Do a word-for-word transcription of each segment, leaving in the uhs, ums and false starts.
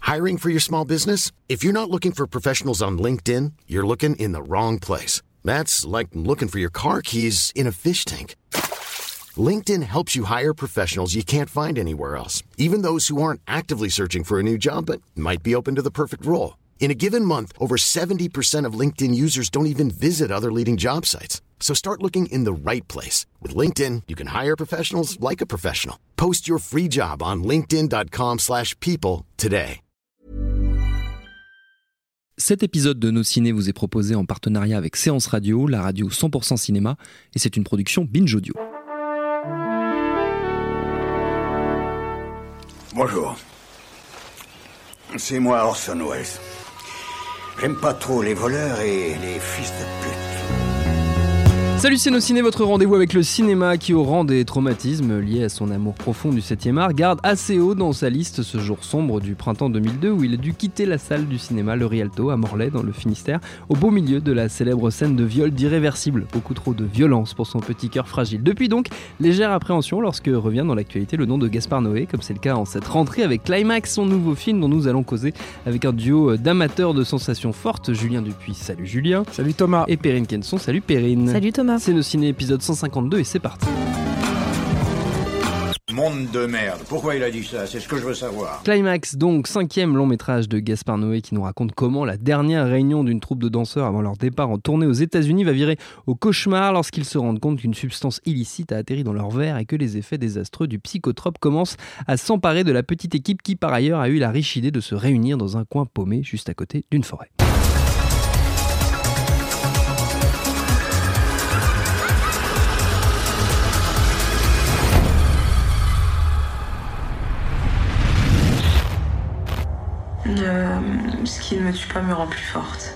Hiring for your small business? If you're not looking for professionals on LinkedIn, you're looking in the wrong place. That's like looking for your car keys in a fish tank. LinkedIn helps you hire professionals you can't find anywhere else, even those who aren't actively searching for a new job but might be open to the perfect role. In a given month, over seventy percent of LinkedIn users don't even visit other leading job sites. So start looking in the right place. With LinkedIn, you can hire professionals like a professional. Post your free job on linkedin.com slash people today. Cet épisode de Nos Ciné vous est proposé en partenariat avec Séance Radio, la radio cent pour cent cinéma, et c'est une production Binge Audio. Bonjour. C'est moi Orson Welles. J'aime pas trop les voleurs et les fils de pute. Salut, c'est Nos Ciné, votre rendez-vous avec le cinéma qui, au rang des traumatismes liés à son amour profond du septième art, garde assez haut dans sa liste ce jour sombre du printemps deux mille deux où il a dû quitter la salle du cinéma Le Rialto à Morlaix dans le Finistère au beau milieu de la célèbre scène de viol d'Irréversible. Beaucoup trop de violence pour son petit cœur fragile. Depuis donc, légère appréhension lorsque revient dans l'actualité le nom de Gaspard Noé, comme c'est le cas en cette rentrée avec Climax, son nouveau film dont nous allons causer avec un duo d'amateurs de sensations fortes, Julien Dupuis, salut Julien. Salut Thomas. Et Perrine Kenson, salut Perrine. Salut Thomas. C'est Nos Ciné épisode cent cinquante-deux et c'est parti. Monde de merde. Pourquoi il a dit ça? C'est ce que je veux savoir. Climax, donc, cinquième long métrage de Gaspard Noé qui nous raconte comment la dernière réunion d'une troupe de danseurs avant leur départ en tournée aux États-Unis va virer au cauchemar lorsqu'ils se rendent compte qu'une substance illicite a atterri dans leur verre et que les effets désastreux du psychotrope commencent à s'emparer de la petite équipe qui par ailleurs a eu la riche idée de se réunir dans un coin paumé juste à côté d'une forêt. Euh, ce qui ne me tue pas me rend plus forte.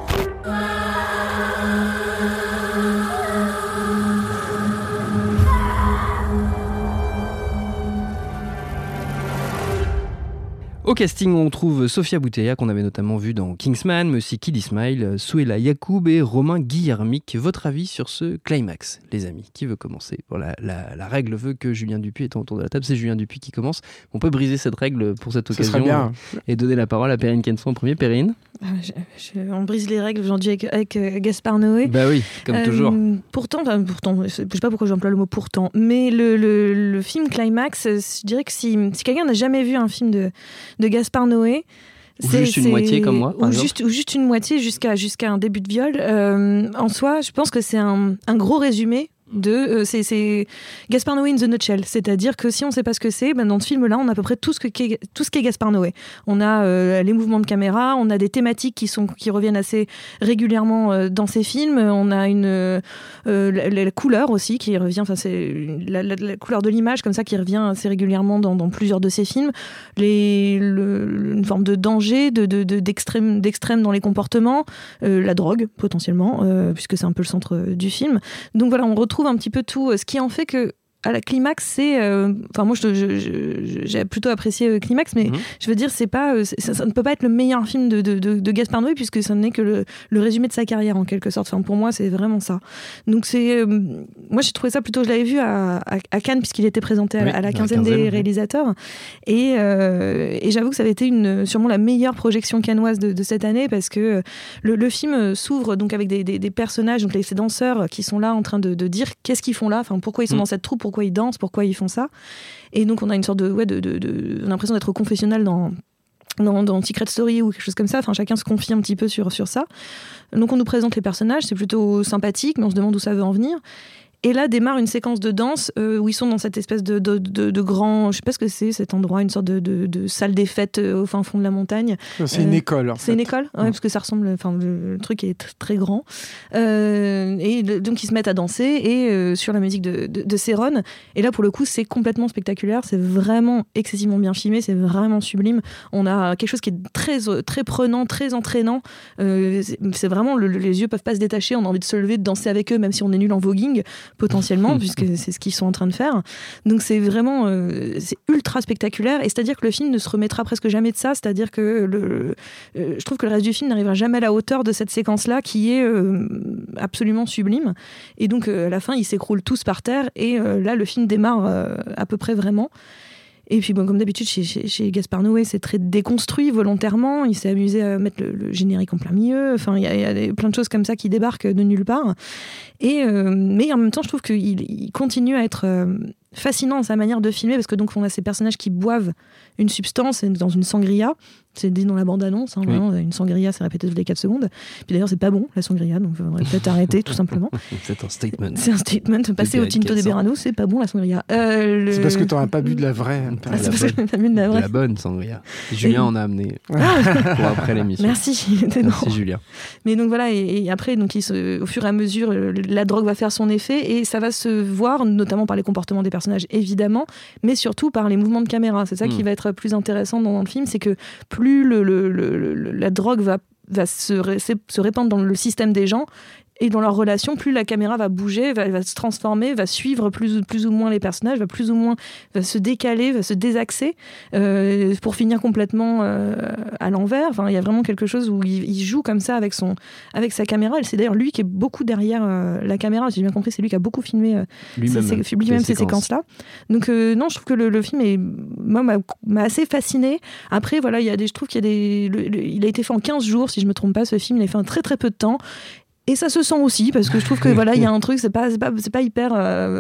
Au casting, on trouve Sofia Boutella, qu'on avait notamment vu dans Kingsman, mais aussi Kid Ismail, Souela Yacoub et Romain Guillermic. Votre avis sur ce Climax, les amis? Qui veut commencer? Bon, la, la, la règle veut que Julien Dupuis est autour de la table. C'est Julien Dupuis qui commence. On peut briser cette règle pour cette occasion bien. Et, et donner la parole à Perrine Kenson en premier. Perrine? Je, je, on brise les règles aujourd'hui avec, avec euh, Gaspard Noé. Bah oui, comme euh, toujours. Pourtant, enfin, pourtant, je sais pas pourquoi j'emploie le mot pourtant, mais le, le, le film Climax, je dirais que si, si quelqu'un n'a jamais vu un film de, de Gaspard Noé, ou c'est, juste une c'est... moitié comme moi, par ou exemple. juste, ou juste une moitié jusqu'à, jusqu'à un début de viol, euh, en soi, je pense que c'est un, un gros résumé de euh, c'est, c'est Gaspard Noé in the nutshell, c'est-à-dire que si on ne sait pas ce que c'est, ben dans ce film-là, on a à peu près tout ce que qu'est, tout ce qu'est Gaspard Noé. On a euh, les mouvements de caméra, on a des thématiques qui sont qui reviennent assez régulièrement euh, dans ces films. On a une euh, la, la couleur aussi qui revient, enfin c'est la, la, la couleur de l'image comme ça qui revient assez régulièrement dans, dans plusieurs de ces films. Les le, une forme de danger, de, de, de d'extrême d'extrême dans les comportements, euh, la drogue potentiellement, euh, puisque c'est un peu le centre du film. Donc voilà, on retrouve un petit peu tout, ce qui en fait que à la Climax, c'est... Enfin, euh, moi, je, je, je, j'ai plutôt apprécié euh, Climax, mais mmh. je veux dire, c'est pas, euh, c'est, ça, ça ne peut pas être le meilleur film de, de, de, de Gaspard Noé, puisque ça n'est que le, le résumé de sa carrière, en quelque sorte. Enfin, pour moi, c'est vraiment ça. Donc, c'est... Euh, moi, j'ai trouvé ça plutôt... Je l'avais vu à, à, à Cannes, puisqu'il était présenté à, oui, à la quinzaine des oui. réalisateurs. Et, euh, et j'avoue que ça avait été une, sûrement la meilleure projection cannoise de, de cette année, parce que le, le film s'ouvre donc avec des, des, des personnages, donc les, ces danseurs qui sont là en train de, de dire qu'est-ce qu'ils font là, enfin, pourquoi ils sont mmh. dans cette troupe, pourquoi ils dansent, pourquoi ils font ça. Et donc on a une sorte de, ouais, de, de, de, on a l'impression d'être au confessionnal dans, dans, dans Secret Story ou quelque chose comme ça. Enfin, chacun se confie un petit peu sur, sur ça. Donc on nous présente les personnages, c'est plutôt sympathique, mais on se demande où ça veut en venir. Et là démarre une séquence de danse euh, où ils sont dans cette espèce de, de, de, de grand, je sais pas ce que c'est cet endroit, une sorte de, de, de salle des fêtes euh, au fin fond de la montagne. C'est euh, une école en C'est fait. une école, ouais, ouais. Parce que ça ressemble, enfin le, le truc est t- très grand. Euh, et le, donc ils se mettent à danser et euh, sur la musique de, de, de Céron. Et là pour le coup c'est complètement spectaculaire, c'est vraiment excessivement bien filmé, c'est vraiment sublime. On a quelque chose qui est très très prenant, très entraînant. Euh, c'est, c'est vraiment le, les yeux peuvent pas se détacher, on a envie de se lever, de danser avec eux, même si on est nul en voguing. Potentiellement, puisque c'est ce qu'ils sont en train de faire. Donc c'est vraiment euh, c'est ultra spectaculaire, et c'est-à-dire que le film ne se remettra presque jamais de ça, c'est-à-dire que le, euh, je trouve que le reste du film n'arrivera jamais à la hauteur de cette séquence-là qui est euh, absolument sublime, et donc euh, à la fin ils s'écroulent tous par terre, et euh, là le film démarre euh, à peu près vraiment. Et puis bon, comme d'habitude chez, chez, chez Gaspar Noé, c'est très déconstruit volontairement. Il s'est amusé à mettre le, le générique en plein milieu. Enfin, il y a, y a des, plein de choses comme ça qui débarquent de nulle part. Et euh, mais en même temps, je trouve qu'il il continue à être euh, fascinant dans sa manière de filmer, parce que donc on a ces personnages qui boivent une substance dans une sangria. C'est dit dans la bande-annonce, hein, oui. Vraiment, une sangria, c'est répété toutes les quatre secondes. Puis d'ailleurs, c'est pas bon, la sangria, donc il faudrait peut-être arrêter, tout simplement. C'est un statement. C'est un statement. Passer au Tinto de Verano, c'est pas bon, la sangria. Euh, le... C'est parce que t'auras pas bu de la vraie. Ah, c'est parce que t'as bu de la vraie. De la bonne sangria. Et Julien en a amené ah, pour après l'émission. Merci. Merci Julien. Mais donc voilà, et, et après, donc, il se, au fur et à mesure, la drogue va faire son effet, et ça va se voir, notamment par les comportements des personnages, évidemment, mais surtout par les mouvements de caméra. C'est ça mmh. qui va être plus intéressant dans, dans le film, c'est que plus le, le, le Le, le, la drogue va, va se, ré, se répandre dans le système des gens et dans leurs relations, plus la caméra va bouger, va, va se transformer, va suivre plus, plus ou moins les personnages, va plus ou moins va se décaler, va se désaxer euh, pour finir complètement euh, à l'envers. Enfin, il y a vraiment quelque chose où il, il joue comme ça avec, son, avec sa caméra. Et c'est d'ailleurs lui qui est beaucoup derrière euh, la caméra. Si j'ai bien compris, c'est lui qui a beaucoup filmé euh, lui-même, ces, ces, lui-même ces séquences-là. Donc euh, non, je trouve que le, le film est, moi, m'a, m'a assez fasciné. Après, voilà, il y a des, je trouve qu'il y a des, le, le, il a été fait en quinze jours, si je me trompe pas. Ce film, il a fait en très très peu de temps. Et ça se sent aussi, parce que je trouve que voilà, il y a un truc, c'est pas, c'est pas, c'est pas hyper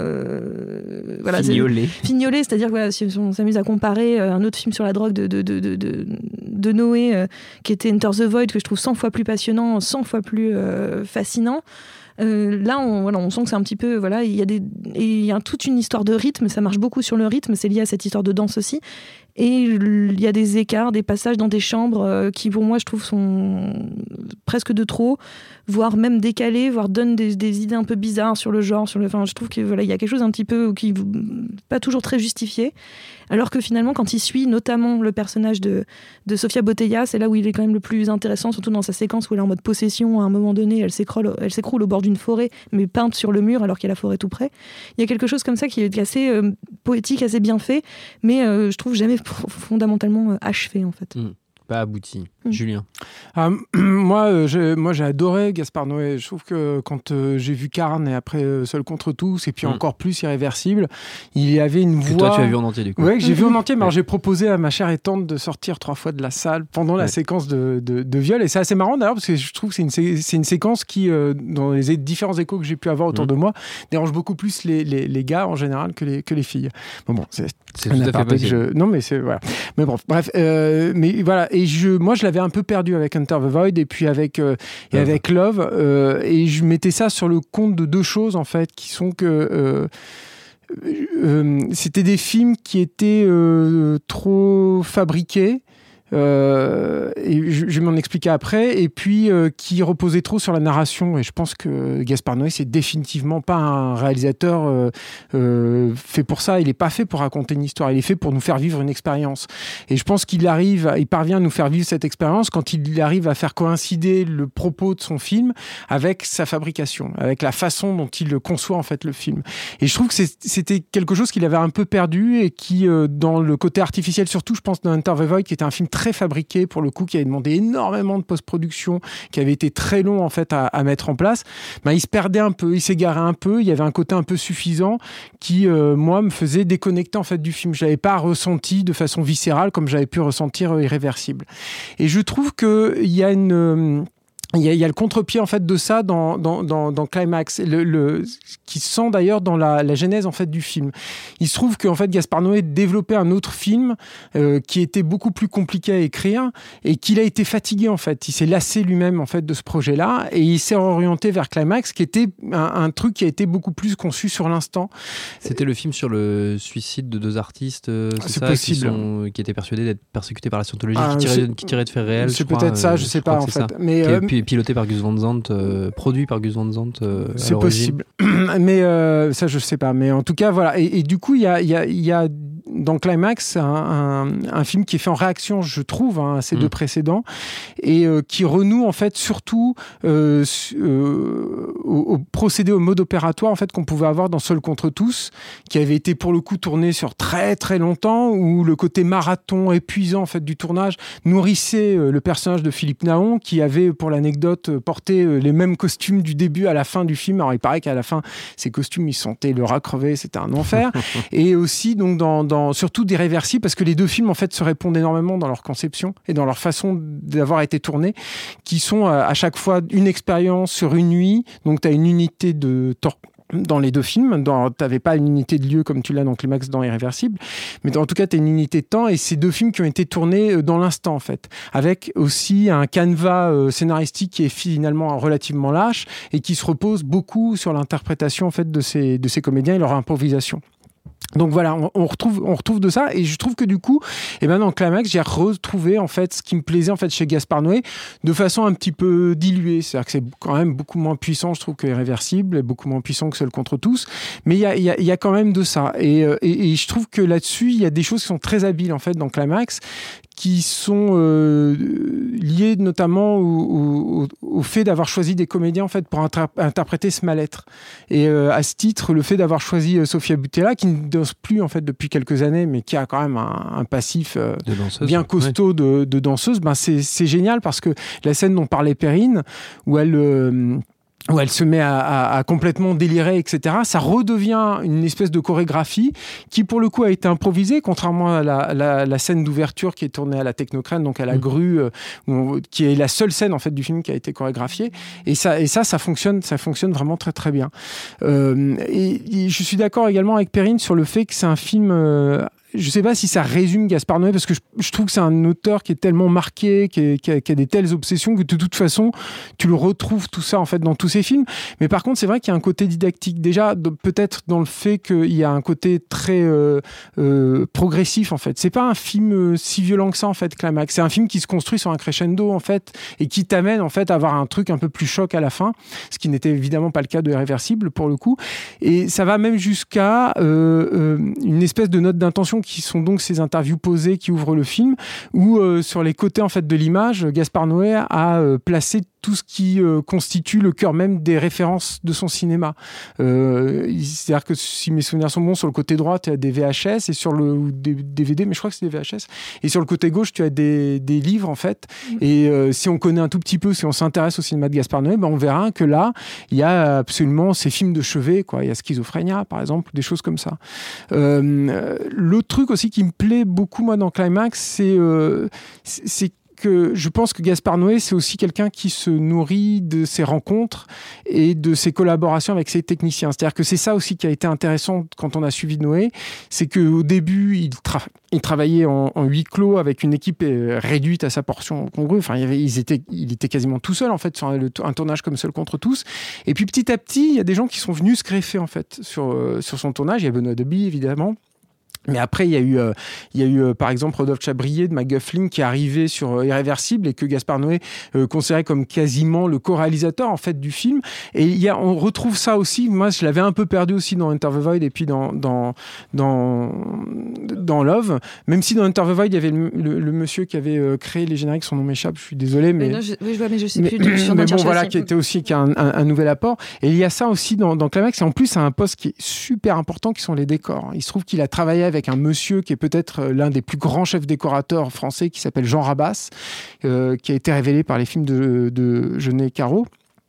euh, voilà, fignolé. C'est, fignolé, c'est-à-dire que voilà, si on s'amuse à comparer un autre film sur la drogue de, de, de, de, de, de Noé, euh, qui était Enter the Void, que je trouve cent fois plus passionnant, cent fois plus euh, fascinant. Euh, là, on, voilà, on sent que c'est un petit peu, voilà, il y a des, et il y a toute une histoire de rythme. Ça marche beaucoup sur le rythme. C'est lié à cette histoire de danse aussi. Et il y a des écarts, des passages dans des chambres euh, qui, pour moi, je trouve, sont presque de trop, voire même décalés, voire donnent des, des idées un peu bizarres sur le genre. Sur le, enfin, je trouve que voilà, il y a quelque chose un petit peu qui pas toujours très justifié. Alors que finalement, quand il suit notamment le personnage de, de Sofia Boutella, c'est là où il est quand même le plus intéressant, surtout dans sa séquence où elle est en mode possession. À un moment donné, elle s'écroule, elle s'écroule au bord d'une forêt, mais peinte sur le mur alors qu'il y a la forêt tout près. Il y a quelque chose comme ça qui est assez euh, poétique, assez bien fait, mais euh, je trouve jamais fondamentalement euh, achevé en fait. Mmh. Pas abouti. Mmh. Julien. Ah, moi, euh, j'ai, moi, j'ai adoré Gaspar Noé. Je trouve que quand euh, j'ai vu Carne et après euh, Seul contre tous, et puis mmh. encore plus Irréversible, il y avait une que voix... toi, tu as vu en entier, du coup. Oui, que j'ai vu en entier, mais alors, j'ai proposé à ma chère et tante de sortir trois fois de la salle pendant la ouais. séquence de, de, de viol. Et c'est assez marrant, d'ailleurs, parce que je trouve que c'est une, sé- c'est une séquence qui, euh, dans les différents échos que j'ai pu avoir autour mmh. de moi, dérange beaucoup plus les, les, les gars, en général, que les, que les filles. Bon, bon, c'est... C'est tout à fait possible. Je... Non, mais c'est... Voilà. Mais bon, bref. Euh, mais voilà. Et je, moi, je l'avais un peu perdu avec Enter the Void et puis avec, euh, et Love. avec Love. Euh, et je mettais ça sur le compte de deux choses, en fait, qui sont que... Euh, euh, c'était des films qui étaient euh, trop fabriqués. Euh, et je, je vais m'en expliquer après, et puis euh, qui reposait trop sur la narration. Et je pense que Gaspar Noé, c'est définitivement pas un réalisateur euh, euh, fait pour ça. Il est pas fait pour raconter une histoire, il est fait pour nous faire vivre une expérience. Et je pense qu'il arrive, il parvient à nous faire vivre cette expérience quand il arrive à faire coïncider le propos de son film avec sa fabrication, avec la façon dont il conçoit en fait le film. Et je trouve que c'est, c'était quelque chose qu'il avait un peu perdu et qui, euh, dans le côté artificiel, surtout, je pense, dans Enter the Void, qui était un film très fabriqué pour le coup, qui avait demandé énormément de post-production, qui avait été très long en fait à, à mettre en place, ben, il se perdait un peu, il s'égarait un peu, il y avait un côté un peu suffisant qui, euh, moi, me faisait déconnecter en fait du film. Je l'avais pas ressenti de façon viscérale comme j'avais pu ressentir euh, Irréversible. Et je trouve qu'il y a une... Euh, Il y, a, il y a le contre-pied en fait de ça dans dans dans, dans Climax, le, le qui se sent d'ailleurs dans la, la genèse en fait du film. Il se trouve qu'en fait Gaspar Noé développait un autre film euh, qui était beaucoup plus compliqué à écrire et qu'il a été fatigué en fait. Il s'est lassé lui-même en fait de ce projet-là et il s'est orienté vers Climax, qui était un, un truc qui a été beaucoup plus conçu sur l'instant. C'était le film sur le suicide de deux artistes, euh, c'est, c'est ça, possible. Qui, sont, qui étaient persuadés d'être persécutés par la scientologie, Ah, qui, tiraient, qui tiraient de faits réels. C'est je crois, peut-être ça, euh, je sais je pas en fait. fait. Mais Qui euh, est piloté par Gus Van Sant, euh, produit par Gus Van Sant. Euh, c'est possible, mais euh, ça je sais pas. Mais en tout cas voilà. Et, et du coup il y a, y, a, y a dans Climax un, un, un film qui est fait en réaction, je trouve, hein, à ces mmh. deux précédents et euh, qui renoue en fait surtout euh, euh, au, au procédé, au mode opératoire en fait qu'on pouvait avoir dans Seul contre tous, qui avait été pour le coup tourné sur très très longtemps, où le côté marathon épuisant en fait du tournage nourrissait euh, le personnage de Philippe Naon, qui avait pour l'anecdote porté euh, les mêmes costumes du début à la fin du film. Alors il paraît qu'à la fin ces costumes ils sentaient le rat crevé, c'était un enfer. Et aussi donc dans, dans dans, surtout d'Irréversible, parce que les deux films en fait se répondent énormément dans leur conception et dans leur façon d'avoir été tournés, qui sont à, à chaque fois une expérience sur une nuit. Donc tu as une unité de temps dans les deux films. Tu n'avais pas une unité de lieu comme tu l'as dans Climax dans Irréversible, mais en tout cas tu as une unité de temps, et c'est deux films qui ont été tournés dans l'instant en fait, avec aussi un canevas euh, scénaristique qui est finalement relativement lâche et qui se repose beaucoup sur l'interprétation en fait de ces, de ces comédiens et leur improvisation. Donc voilà, on, on retrouve on retrouve de ça, et je trouve que du coup, et ben dans Climax, j'ai retrouvé en fait ce qui me plaisait en fait chez Gaspard Noé de façon un petit peu diluée, c'est-à-dire que c'est quand même beaucoup moins puissant, je trouve, que Irréversible, et beaucoup moins puissant que Seul contre tous, mais il y a il y a il y a quand même de ça, et, et et je trouve que là-dessus, il y a des choses qui sont très habiles en fait dans Climax, qui sont euh, liées notamment au, au, au fait d'avoir choisi des comédiens en fait pour inter- interpréter ce mal-être. Et euh, à ce titre, le fait d'avoir choisi euh, Sofia Boutella, qui ne danse plus en fait depuis quelques années, mais qui a quand même un, un passif euh, bien costaud de, de danseuse, ben c'est, c'est génial, parce que la scène dont parlait Perrine, où elle euh, où elle se met à, à, à complètement délirer, et cetera. Ça redevient une espèce de chorégraphie qui, pour le coup, a été improvisée, contrairement à la, la, la scène d'ouverture qui est tournée à la Technocrane, donc à la mmh. grue, euh, où, qui est la seule scène en fait du film qui a été chorégraphiée. Et ça, et ça, ça fonctionne, ça fonctionne vraiment très très bien. Euh, et, et je suis d'accord également avec Perrine sur le fait que c'est un film. Euh, Je ne sais pas si ça résume Gaspard Noé, parce que je, je trouve que c'est un auteur qui est tellement marqué, qui, est, qui, a, qui a des telles obsessions, que de toute façon, tu le retrouves tout ça en fait dans tous ses films. Mais par contre, c'est vrai qu'il y a un côté didactique. Déjà, de, peut-être dans le fait qu'il y a un côté très euh, euh, progressif en fait. C'est pas un film euh, si violent que ça en fait, Climax. C'est un film qui se construit sur un crescendo en fait, et qui t'amène en fait à avoir un truc un peu plus choc à la fin, ce qui n'était évidemment pas le cas de Irréversible pour le coup. Et ça va même jusqu'à euh, euh, une espèce de note d'intention, qui sont donc ces interviews posées qui ouvrent le film, où euh, sur les côtés en fait de l'image, Gaspard Noé a euh, placé tout ce qui euh, constitue le cœur même des références de son cinéma. Euh, c'est-à-dire que, si mes souvenirs sont bons, sur le côté droit, tu as des V H S, et sur le ou des D V D, mais je crois que c'est des V H S, et sur le côté gauche, tu as des, des livres en fait. Mmh. Et euh, si on connaît un tout petit peu, si on s'intéresse au cinéma de Gaspard Noé, ben on verra que là, il y a absolument ces films de chevet, quoi. Il y a Schizophrénia, par exemple, des choses comme ça. Euh, l'autre truc aussi qui me plaît beaucoup, moi, dans Climax, c'est, euh, c'est que je pense que Gaspard Noé, c'est aussi quelqu'un qui se nourrit de ses rencontres et de ses collaborations avec ses techniciens. C'est-à-dire que c'est ça aussi qui a été intéressant quand on a suivi Noé, c'est qu'au début, il, tra- il travaillait en, en huis clos avec une équipe réduite à sa portion congrue. Enfin, il, y avait, ils étaient, il était quasiment tout seul en fait sur un, un tournage comme Seul contre tous. Et puis petit à petit, il y a des gens qui sont venus se greffer en fait sur, euh, sur son tournage. Il y a Benoît Deby évidemment. Mais après, il y a eu, euh, il y a eu euh, par exemple, Rodolphe Chabrier de McGuffling qui est arrivé sur euh, Irréversible, et que Gaspard Noé euh, considérait comme quasiment le co-réalisateur en fait du film. Et il y a, on retrouve ça aussi. Moi, je l'avais un peu perdu aussi dans Enter the Void, et puis dans dans dans dans Love. Même si dans Enter the Void, il y avait le, le, le monsieur qui avait euh, créé les génériques. Son nom m'échappe. Je suis désolé, mais, mais non, je, oui, je vois, mais je sais mais, plus. Je mais bon, voilà, aussi. Qui était aussi qui a un, un, un nouvel apport. Et il y a ça aussi dans, dans Climax. Et en plus, c'est un poste qui est super important, qui sont les décors. Il se trouve qu'il a travaillé avec un monsieur qui est peut-être l'un des plus grands chefs décorateurs français, qui s'appelle Jean Rabas, euh, qui a été révélé par les films de, de Jeunet Caro.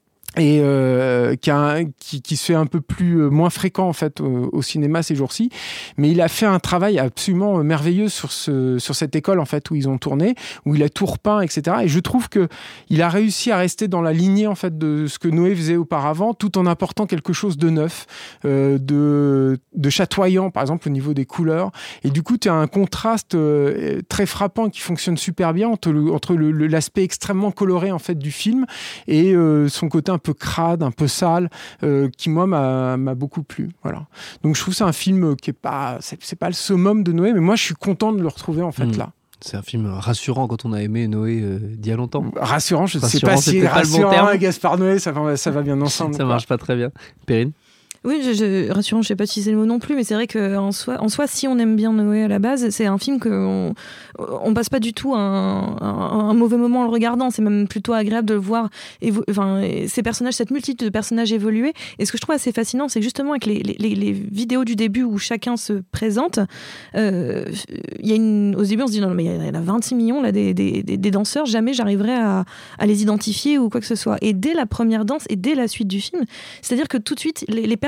Et euh, qui, a, qui, qui se fait un peu plus euh, moins fréquent en fait au, au cinéma ces jours-ci, mais il a fait un travail absolument merveilleux sur ce sur cette école en fait où ils ont tourné, où il a tout repeint, et cetera. Et je trouve que il a réussi à rester dans la lignée en fait de ce que Noé faisait auparavant, tout en apportant quelque chose de neuf, euh, de de chatoyant par exemple au niveau des couleurs. Et du coup, tu as un contraste euh, très frappant qui fonctionne super bien entre le, entre le, le, l'aspect extrêmement coloré en fait du film et euh, son côté un peu crade, un peu sale, euh, qui moi m'a, m'a beaucoup plu. Voilà. Donc je trouve que c'est un film qui est pas, c'est, c'est pas le summum de Noé, mais moi je suis content de le retrouver en fait mmh. là. C'est un film rassurant quand on a aimé Noé euh, d'il y a longtemps. Rassurant, je ne sais pas si rassurant pas bon Gaspard Noé, ça va, ça va bien ensemble. Ça marche pas très bien. Perrine ? Oui, je, je, rassurant, je sais pas si c'est le mot non plus, mais c'est vrai qu'en soi, en soi, si on aime bien Noé à la base, c'est un film qu'on on passe pas du tout un, un, un mauvais moment en le regardant. C'est même plutôt agréable de le voir, évo- enfin, ces personnages, cette multitude de personnages évoluer. Et ce que je trouve assez fascinant, c'est que justement avec les, les, les vidéos du début où chacun se présente, euh, y a une, au début on se dit non, mais il y en a vingt-six millions là, des, des, des, des danseurs, jamais j'arriverai à, à les identifier ou quoi que ce soit. Et dès la première danse et dès la suite du film, c'est-à-dire que tout de suite, les, les personnages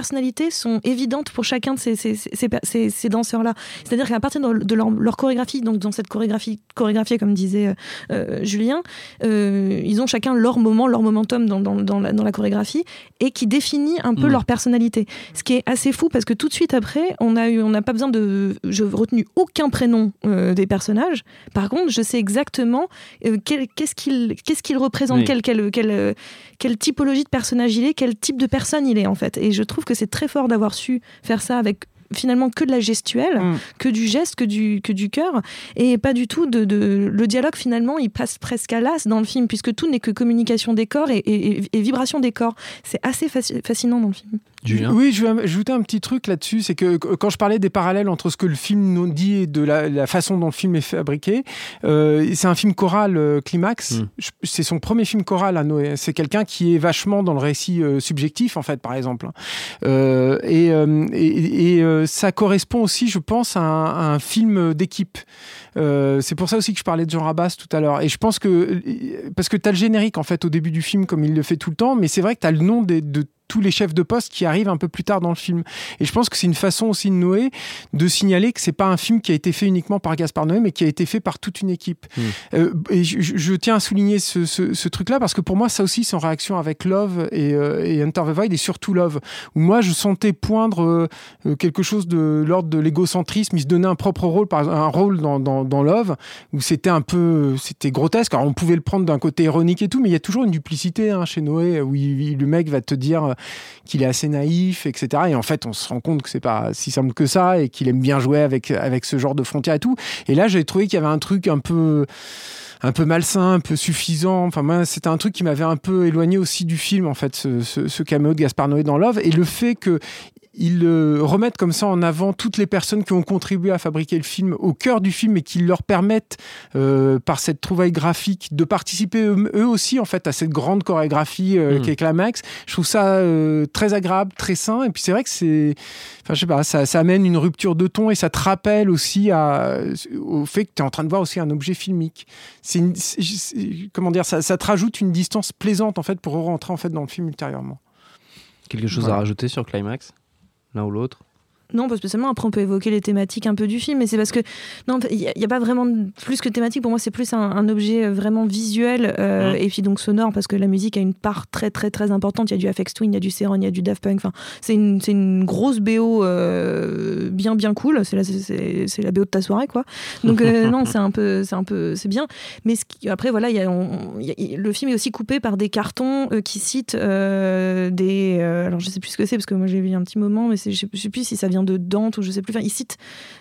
personnalités sont évidentes pour chacun de ces, ces, ces, ces, ces danseurs-là. C'est-à-dire qu'à partir de, de leur, leur chorégraphie, donc dans cette chorégraphie chorégraphiée, comme disait euh, Julien, euh, ils ont chacun leur moment, leur momentum dans, dans, dans, la, dans la chorégraphie, et qui définit un peu mmh. leur personnalité. Ce qui est assez fou, parce que tout de suite après, on a eu, on n'a pas besoin de... Je n'ai retenu aucun prénom euh, des personnages. Par contre, je sais exactement euh, quel, qu'est-ce qu'il, qu'est-ce qu'il représente, oui. quel, quel, quel, euh, quelle typologie de personnage il est, quel type de personne il est, en fait. Et je trouve que c'est très fort d'avoir su faire ça avec finalement que de la gestuelle, mmh. que du geste, que du, que du cœur, et pas du tout de, de... Le dialogue, finalement, il passe presque à l'as dans le film, puisque tout n'est que communication des corps et, et, et vibration des corps. C'est assez faci- fascinant dans le film. Julien ? Oui, je vais ajouter un petit truc là-dessus, c'est que quand je parlais des parallèles entre ce que le film nous dit et de la, la façon dont le film est fabriqué, euh, c'est un film choral, euh, Climax. Mmh. C'est son premier film choral à Noé. C'est quelqu'un qui est vachement dans le récit euh, subjectif, en fait, par exemple. Euh, et, euh, et, et euh, ça correspond aussi, je pense, à un, à un film d'équipe. Euh, c'est pour ça aussi que je parlais de Jean Rabas tout à l'heure. Et je pense que... Parce que tu as le générique, en fait, au début du film, comme il le fait tout le temps, mais c'est vrai que tu as le nom des, de tous les chefs de poste qui arrivent un peu plus tard dans le film. Et je pense que c'est une façon aussi de Noé de signaler que c'est pas un film qui a été fait uniquement par Gaspard Noé, mais qui a été fait par toute une équipe. Mmh. Euh, et je, je tiens à souligner ce, ce, ce truc-là, parce que pour moi, ça aussi, c'est en réaction avec Love et, euh, et Enter the Void, et surtout Love, où moi, je sentais poindre euh, quelque chose de l'ordre de l'égocentrisme. Il se donnait un propre rôle, par exemple, un rôle dans, dans, dans Love, où c'était un peu, c'était grotesque. Alors, on pouvait le prendre d'un côté ironique et tout, mais il y a toujours une duplicité hein, chez Noé, où il, le mec va te dire qu'il est assez naïf, et cetera. Et en fait, on se rend compte que c'est pas si simple que ça et qu'il aime bien jouer avec, avec ce genre de frontières et tout. Et là, j'ai trouvé qu'il y avait un truc un peu... un peu malsain, un peu suffisant. Enfin, moi, c'était un truc qui m'avait un peu éloigné aussi du film, en fait, ce, ce, ce caméo de Gaspard Noé dans Love. Et le fait que ils euh, remettent comme ça en avant toutes les personnes qui ont contribué à fabriquer le film au cœur du film et qui leur permettent, euh, par cette trouvaille graphique, de participer eux, eux aussi en fait à cette grande chorégraphie euh, mmh. qu'est Climax. Je trouve ça euh, très agréable, très sain. Et puis c'est vrai que c'est, enfin je sais pas, ça, ça amène une rupture de ton et ça te rappelle aussi à, au fait que tu es en train de voir aussi un objet filmique. C'est, une, c'est, c'est comment dire, ça, ça te rajoute une distance plaisante en fait pour rentrer en fait dans le film ultérieurement. Quelque chose voilà. à rajouter sur Climax ? L'un ou l'autre ? Non, pas spécialement. Après, on peut évoquer les thématiques un peu du film, mais c'est parce que non, il n'y a, a pas vraiment plus que thématique. Pour moi, c'est plus un, un objet vraiment visuel euh, mmh. et puis donc sonore, parce que la musique a une part très très très importante. Il y a du Aphex Twin, il y a du Céron, il y a du Daft Punk. Enfin, c'est une c'est une grosse B O euh, bien bien cool. C'est la c'est, c'est la B O de ta soirée, quoi. Donc euh, non, c'est un peu c'est un peu c'est bien. Mais ce qui, après voilà, il y a, on, il y a le film est aussi coupé par des cartons euh, qui citent euh, des euh, alors je sais plus ce que c'est parce que moi j'ai vu un petit moment, mais c'est, je sais, je sais plus si ça vient de Dante ou je sais plus, enfin, il cite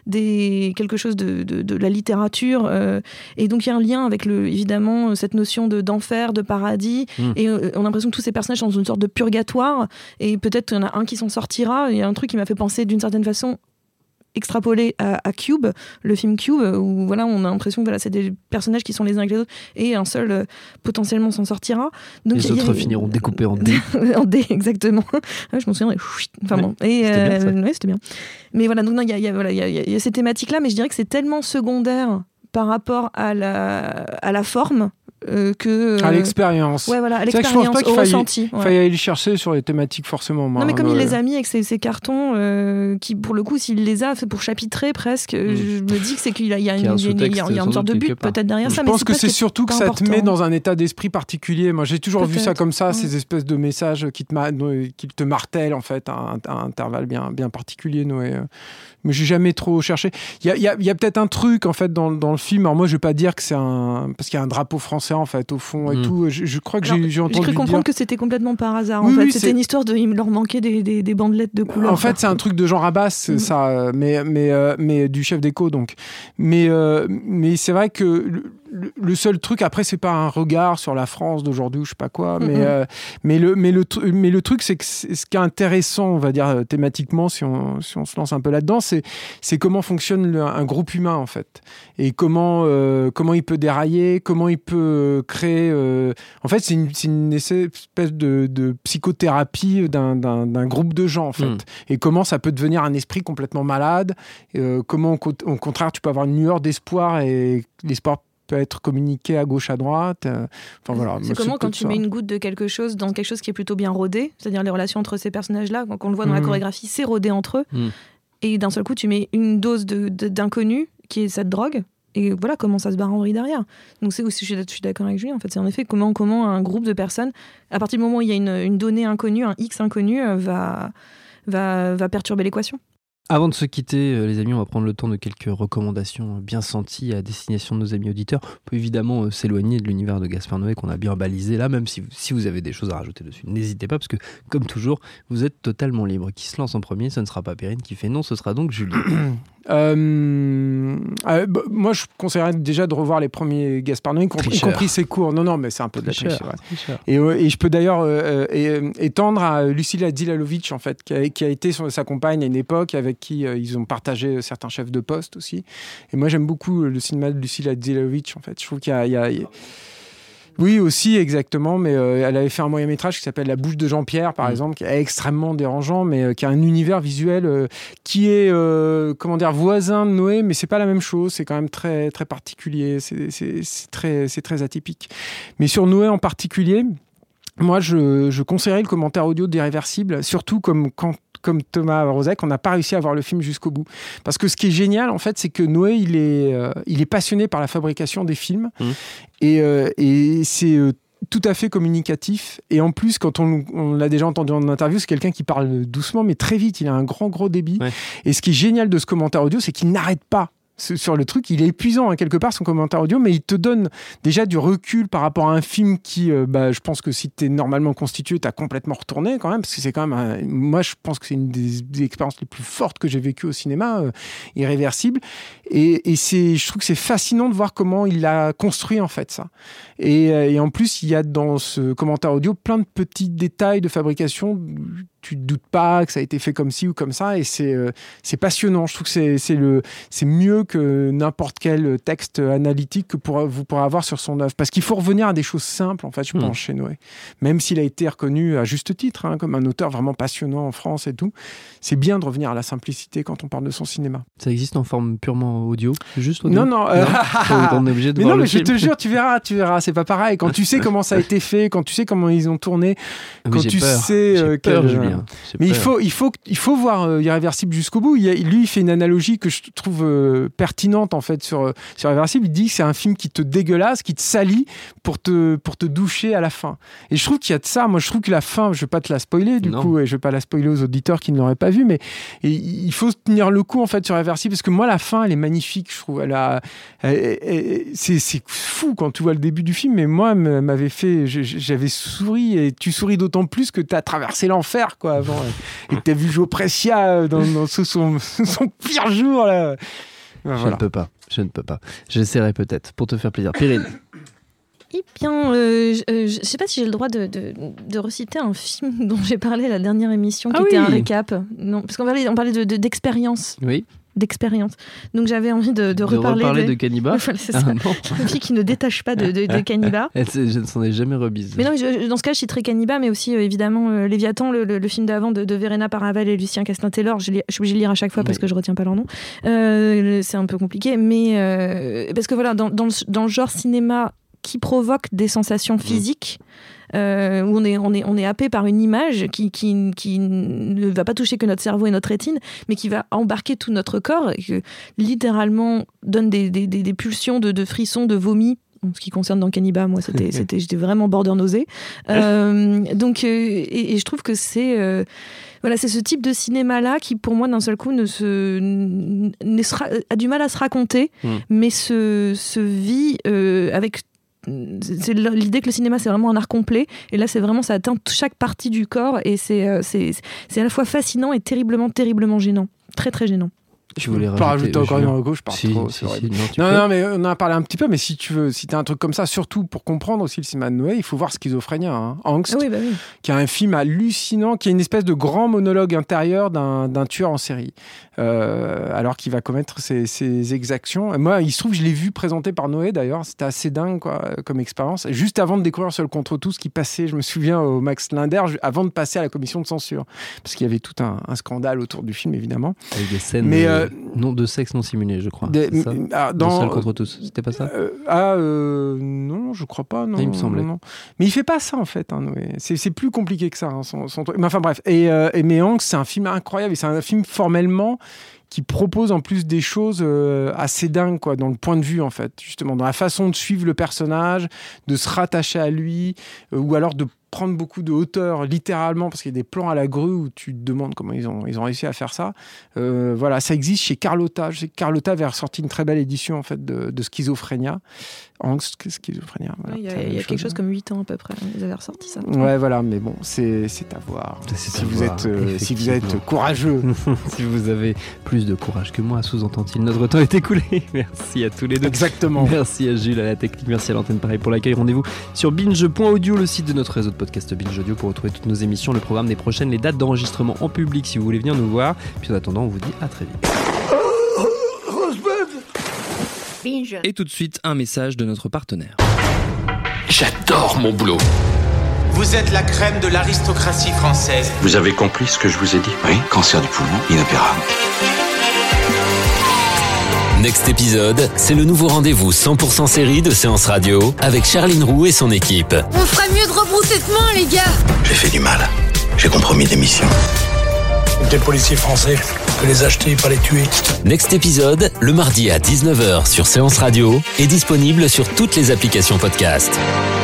des, quelque chose de, de, de la littérature euh, et donc il y a un lien avec le, évidemment cette notion de, d'enfer, de paradis mmh. et euh, on a l'impression que tous ces personnages sont dans une sorte de purgatoire et peut-être qu'il y en a un qui s'en sortira. Il y a un truc qui m'a fait penser d'une certaine façon extrapolé à, à Cube, le film Cube, où voilà, on a l'impression que voilà, c'est des personnages qui sont les uns avec les autres et un seul euh, potentiellement s'en sortira. Donc, les autres a... finiront découpés en dés. En dés, exactement. Ouais, je m'en souviens. Enfin, ouais, bon. Et, c'était, euh, bien, ça. Ouais, c'était bien. Mais voilà, donc il y a, y, a, voilà, y, a, y a ces thématiques-là, mais je dirais que c'est tellement secondaire par rapport à la, à la forme. Euh, que, euh... à l'expérience. Ouais, voilà, à c'est l'expérience, vrai que je pense pas qu'il au faille, ressenti. Ouais. Fallait aller le chercher sur les thématiques forcément. Moi, non, mais comme hein, il ouais. les a mis avec ces, ces cartons, euh, qui pour le coup, s'il les a fait pour chapitrer presque, mmh. je me dis que c'est qu'il y a, il y a, une, il y a, il y a une sorte de but peut-être derrière je ça. Je pense mais que c'est que surtout que ça important. te met dans un état d'esprit particulier. Moi, j'ai toujours peut-être. vu ça comme ça, ouais. ces espèces de messages qui te, ma... qui te martèlent en fait à un, à un intervalle bien, bien particulier, Noé. Mais j'ai jamais trop cherché. Il y a, il y a, il y a peut-être un truc en fait dans, dans le film. Alors moi, je vais pas dire que c'est un parce qu'il y a un drapeau français en fait au fond et mmh. tout. Je, je crois que Alors, j'ai, j'ai entendu j'ai cru comprendre dire... que c'était complètement par hasard. Oui, en fait, oui, c'était c'est... une histoire de, il leur manquait des, des, des bandelettes de couleurs. En fait, c'est un truc de Jean Rabas, mmh. ça, mais mais euh, mais du chef d'écho donc. Mais euh, mais c'est vrai que le, le seul truc après, c'est pas un regard sur la France d'aujourd'hui ou je sais pas quoi. Mais mmh. euh, mais le mais le mais le truc, c'est que c'est, ce qui est intéressant, on va dire thématiquement, si on si on se lance un peu là-dedans, c'est c'est comment fonctionne le, un groupe humain en fait et comment euh, comment il peut dérailler, comment il peut créer. Euh, en fait, c'est une c'est une espèce de, de psychothérapie d'un, d'un d'un groupe de gens en fait. Mmh. Et comment ça peut devenir un esprit complètement malade. Euh, comment au, au contraire tu peux avoir une lueur d'espoir et l'espoir peut être communiqué à gauche, à droite. Euh, enfin, voilà. C'est Moi, comment quand tu ça. mets une goutte de quelque chose dans quelque chose qui est plutôt bien rodé, c'est-à-dire les relations entre ces personnages-là, quand on le voit dans mmh. la chorégraphie, c'est rodé entre eux, mmh. et d'un seul coup tu mets une dose de, de, d'inconnu, qui est cette drogue, et voilà comment ça se barre en vrille derrière. Donc c'est aussi, je suis d'accord avec Julien, en fait, c'est en effet comment, comment un groupe de personnes, à partir du moment où il y a une, une donnée inconnue, un X inconnu, va, va, va perturber l'équation. Avant de se quitter, euh, les amis, on va prendre le temps de quelques recommandations bien senties à destination de nos amis auditeurs. On peut évidemment euh, s'éloigner de l'univers de Gaspard Noé qu'on a bien balisé là, même si, si vous avez des choses à rajouter dessus. N'hésitez pas, parce que, comme toujours, vous êtes totalement libre. Qui se lance en premier, ce ne sera pas Perrine qui fait non, ce sera donc Julie. Euh, euh, bah, moi, je conseillerais déjà de revoir les premiers Gaspard Noé, y compris, y compris ses cours. Non, non, mais c'est un peu de la triche. Et, euh, et je peux d'ailleurs euh, euh, étendre à Lucila Dilalovic, en fait, qui a, qui a été son, sa compagne à une époque, avec qui euh, ils ont partagé certains chefs de poste aussi. Et moi, j'aime beaucoup le cinéma de Lucila Dilalovic, en fait. Je trouve qu'il y a... Il y a, il y a... Oui, aussi, exactement, mais euh, elle avait fait un moyen-métrage qui s'appelle La bouche de Jean-Pierre, par mmh. exemple, qui est extrêmement dérangeant, mais euh, qui a un univers visuel euh, qui est, euh, comment dire, voisin de Noé, mais c'est pas la même chose, c'est quand même très, très particulier, c'est, c'est, c'est, très, c'est très atypique. Mais sur Noé en particulier, moi, je, je conseillerais le commentaire audio d'Irréversible, surtout comme quand comme Thomas Rozek, on n'a pas réussi à voir le film jusqu'au bout. Parce que ce qui est génial, en fait, c'est que Noé, il est, euh, il est passionné par la fabrication des films. Mmh. Et, euh, et c'est euh, tout à fait communicatif. Et en plus, quand on, on l'a déjà entendu en interview, c'est quelqu'un qui parle doucement, mais très vite. Il a un grand, gros débit. Ouais. Et ce qui est génial de ce commentaire audio, c'est qu'il n'arrête pas sur le truc. Il est épuisant, hein, quelque part, son commentaire audio, mais il te donne déjà du recul par rapport à un film qui, euh, bah, je pense que si tu es normalement constitué, tu as complètement retourné quand même, parce que c'est quand même un... moi je pense que c'est une des, des expériences les plus fortes que j'ai vécues au cinéma, euh, Irréversible, et, et c'est, je trouve que c'est fascinant de voir comment il a construit en fait ça, et, et en plus il y a dans ce commentaire audio plein de petits détails de fabrication. Tu ne doutes pas que ça a été fait comme ci ou comme ça, et c'est, euh, c'est passionnant. Je trouve que c'est, c'est, le, c'est mieux que n'importe quel texte analytique que pour, vous pourrez avoir sur son œuvre. Parce qu'il faut revenir à des choses simples, en fait, je pense, mmh. chez Noé. Même s'il a été reconnu à juste titre, hein, comme un auteur vraiment passionnant en France et tout, c'est bien de revenir à la simplicité quand on parle de son cinéma. Ça existe en forme purement audio, juste audio? Non, non. Euh... non on est obligé de mais voir non, le mais film. Je te jure, tu verras, tu verras, c'est pas pareil. Quand tu sais comment ça a été fait, quand tu sais comment ils ont tourné, oui, quand j'ai tu peur. sais... J'ai euh, peur, quel... Julien. J'ai mais peur. il faut, il, faut, il faut voir euh, Irréversible jusqu'au bout. Il y a, lui, il fait une analogie que je trouve euh, pertinente en fait sur, sur Irréversible. Il dit que c'est un film qui te dégueulasse, qui te salit pour te, pour te doucher à la fin. Et je trouve qu'il y a de ça. Moi, je trouve que la fin, je ne vais pas te la spoiler du non. coup, et je ne vais pas la spoiler aux auditeurs qui ne l'auraient pas vu, mais et, il faut tenir le coup en fait sur Irréversible, parce que moi, la fin, elle est magnifique, je trouve. Elle a, elle, elle, c'est, c'est fou quand tu vois le début du film, mais moi, m'avait fait, j'avais souri, et tu souris d'autant plus que tu as traversé l'enfer quoi, avant, et que tu as vu Joe Precia dans, dans son, son, son pire jour. Là. Ben, je voilà. ne peux pas, je ne peux pas. J'essaierai peut-être, pour te faire plaisir. Perrine. Eh bien, euh, je ne sais pas si j'ai le droit de, de, de reciter un film dont j'ai parlé à la dernière émission, qui ah était oui. un récap. Non, parce qu'on parlait, on parlait de, de, d'expérience. Oui. D'expérience. Donc j'avais envie de, de, de reparler reparler de, de Caniba. Voilà, c'est ça. Ah, une fille qui ne détache pas de, de, de Caniba. Je ne s'en ai jamais rebise. Mais non, je, dans ce cas, je citerai Caniba, mais aussi euh, évidemment euh, Léviathan, le, le, le film d'avant de, de Verena Paravel et Lucien Castin-Taylor. Je, je suis obligée de lire à chaque fois parce oui. que je ne retiens pas leur nom. Euh, c'est un peu compliqué, mais euh, parce que voilà, dans, dans, le, dans le genre cinéma qui provoque des sensations physiques, Euh, où on est, on, est, on est happé par une image qui, qui, qui ne va pas toucher que notre cerveau et notre rétine, mais qui va embarquer tout notre corps et que littéralement donne des, des, des, des pulsions de, de frissons, de vomis. En ce qui concerne dans Caniba, moi, c'était, c'était, j'étais vraiment border nausée. Euh, donc, euh, et, et je trouve que c'est... Euh, Voilà, c'est ce type de cinéma-là qui, pour moi, d'un seul coup, ne se, ne sera, a du mal à se raconter, mmh. mais se, se vit euh, avec... C'est l'idée que le cinéma, c'est vraiment un art complet. Et là, c'est vraiment, ça atteint chaque partie du corps. Et c'est, c'est, c'est à la fois fascinant et terriblement, terriblement gênant. Très, très gênant. Je voulais rajouter, pas rajouter encore une en gauche, par si, trop. Si, c'est si, non, non, non, mais on en a parlé un petit peu. Mais si tu veux, si t'as un truc comme ça, surtout pour comprendre aussi le cinéma de Noé, il faut voir Schizophrénia, hein, Angst, ah oui, bah oui. qui est un film hallucinant, qui est une espèce de grand monologue intérieur d'un, d'un tueur en série, euh, alors qu'il va commettre ses, ses exactions. Et moi, il se trouve, je l'ai vu présenté par Noé d'ailleurs. C'était assez dingue, quoi, comme expérience. Juste avant de découvrir Seul contre tous, qui passait, je me souviens, au Max Linder, avant de passer à la commission de censure, parce qu'il y avait tout un, un scandale autour du film, évidemment. Avec des scènes mais, euh, euh, non, de sexe non simulé, je crois. Des, c'est ça ah, dans Seul contre tous, c'était pas ça euh, Ah euh, non, je crois pas. Non, ah, il me semblait. Non, non. Mais il fait pas ça en fait. Hein, Noé. C'est, c'est plus compliqué que ça. Hein, son, son... Mais enfin bref. Et, euh, et mais Hanks, c'est un film incroyable. Et c'est un film formellement qui propose en plus des choses euh, assez dingues, quoi, dans le point de vue, en fait, justement, dans la façon de suivre le personnage, de se rattacher à lui, euh, ou alors de prendre beaucoup de hauteur, littéralement, parce qu'il y a des plans à la grue où tu te demandes comment ils ont, ils ont réussi à faire ça. Euh, voilà, ça existe chez Carlotta. Je sais que Carlotta avait ressorti une très belle édition, en fait, de, de Schizophrénia. Angst, Schizophrénia. Voilà. Il y a, il y a quelque chose comme huit ans, à peu près. Ils avaient ressorti ça. Ouais, voilà, mais bon, c'est, c'est à voir. C'est si, à vous voir êtes, euh, si vous êtes courageux. Si vous avez plus de courage que moi, sous-entend-il. Notre temps est écoulé. Merci à tous les deux. Exactement. Merci à Jules, à la technique. Merci à l'antenne, pareil, pour l'accueil. Rendez-vous sur binge point audio, le site de notre réseau de podcast Binge Audio, pour retrouver toutes nos émissions, le programme des prochaines, les dates d'enregistrement en public si vous voulez venir nous voir. Puis en attendant, on vous dit à très vite. Binge. Et tout de suite, un message de notre partenaire. J'adore mon boulot. Vous êtes la crème de l'aristocratie française. Vous avez compris ce que je vous ai dit? Oui, cancer du poumon, inopérable. Next épisode, c'est le nouveau rendez-vous cent pour cent série de Séance Radio avec Charline Roux et son équipe. On ferait mieux de rebrousser chemin, les gars. J'ai fait du mal. J'ai compromis des missions. Des policiers français, que les acheter, pas les tuer. Next épisode, le mardi à dix-neuf heures sur Séance Radio, est disponible sur toutes les applications podcast.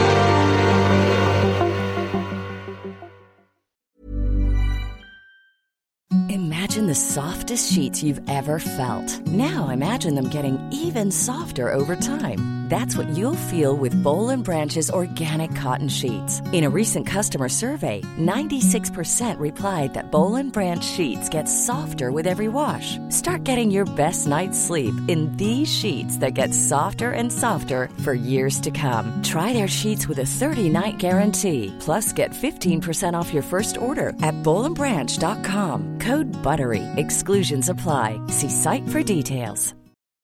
Imagine the softest sheets you've ever felt. Now imagine them getting even softer over time. That's what you'll feel with Boll and Branch's organic cotton sheets. In a recent customer survey, ninety-six percent replied that Boll and Branch sheets get softer with every wash. Start getting your best night's sleep in these sheets that get softer and softer for years to come. Try their sheets with a thirty-night guarantee. Plus, get fifteen percent off your first order at boll and branch dot com. Code BUTTERY. Exclusions apply. See site for details.